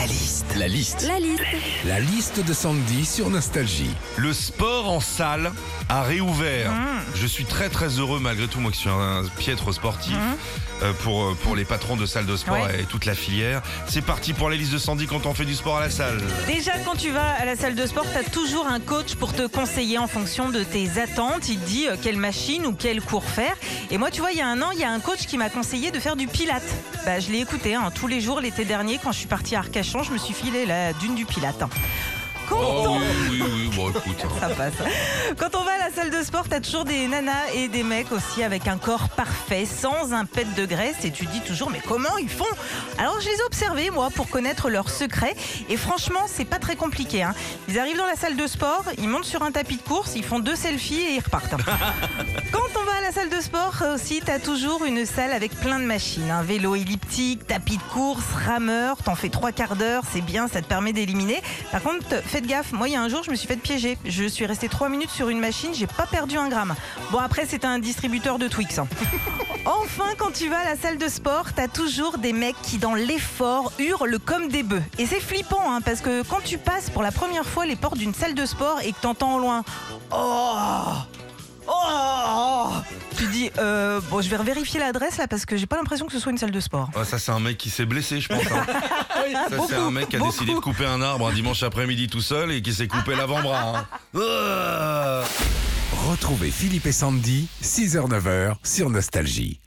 La liste. La liste. La liste. La liste de Sandy sur Nostalgie. Le sport en salle a réouvert. Je suis très très heureux malgré tout, moi qui suis un piètre sportif, pour les patrons de salles de sport Ouais. et toute la filière. C'est parti pour la liste de Sandy quand on fait du sport à la salle. Déjà, quand tu vas à la salle de sport, tu as toujours un coach pour te conseiller en fonction de tes attentes. Il te dit quelle machine ou quel cours faire. Et moi, tu vois, il y a un an, il y a un coach qui m'a conseillé de faire du Pilates. Je l'ai écouté tous les jours l'été dernier. Quand je suis partie à Arcachon, je me suis filé la dune du Pilates. Quand on... Oui, bon écoute. Ça passe. Quand on va à la salle de sport, t'as toujours des nanas et des mecs aussi avec un corps parfait, sans un pet de graisse. Et tu te dis toujours, mais comment ils font? Alors je les ai observés, moi, pour connaître leurs secrets. Et franchement, c'est pas très compliqué. Ils arrivent dans la salle de sport, ils montent sur un tapis de course, ils font 2 selfies et ils repartent. Quand on va à la salle de sport aussi, t'as toujours une salle avec plein de machines. Un vélo elliptique, tapis de course, rameur. T'en fais 3 quarts d'heure, c'est bien, ça te permet d'éliminer. Par contre, faites gaffe, moi il y a un jour je me suis fait piéger. Je suis restée 3 minutes sur une machine, j'ai pas perdu un gramme. Bon, après c'était un distributeur de Twix. Enfin, quand tu vas à la salle de sport, t'as toujours des mecs qui dans l'effort hurlent comme des bœufs. Et c'est flippant parce que quand tu passes pour la première fois les portes d'une salle de sport et que t'entends au loin Oh, tu dis bon, je vais vérifier l'adresse là parce que j'ai pas l'impression que ce soit une salle de sport. Ah, ça c'est un mec qui s'est blessé, je pense. Ça c'est un mec qui a décidé de couper un arbre un dimanche après-midi tout seul et qui s'est coupé l'avant-bras. Retrouvez Philippe et Sandy, 6h-9h sur Nostalgie.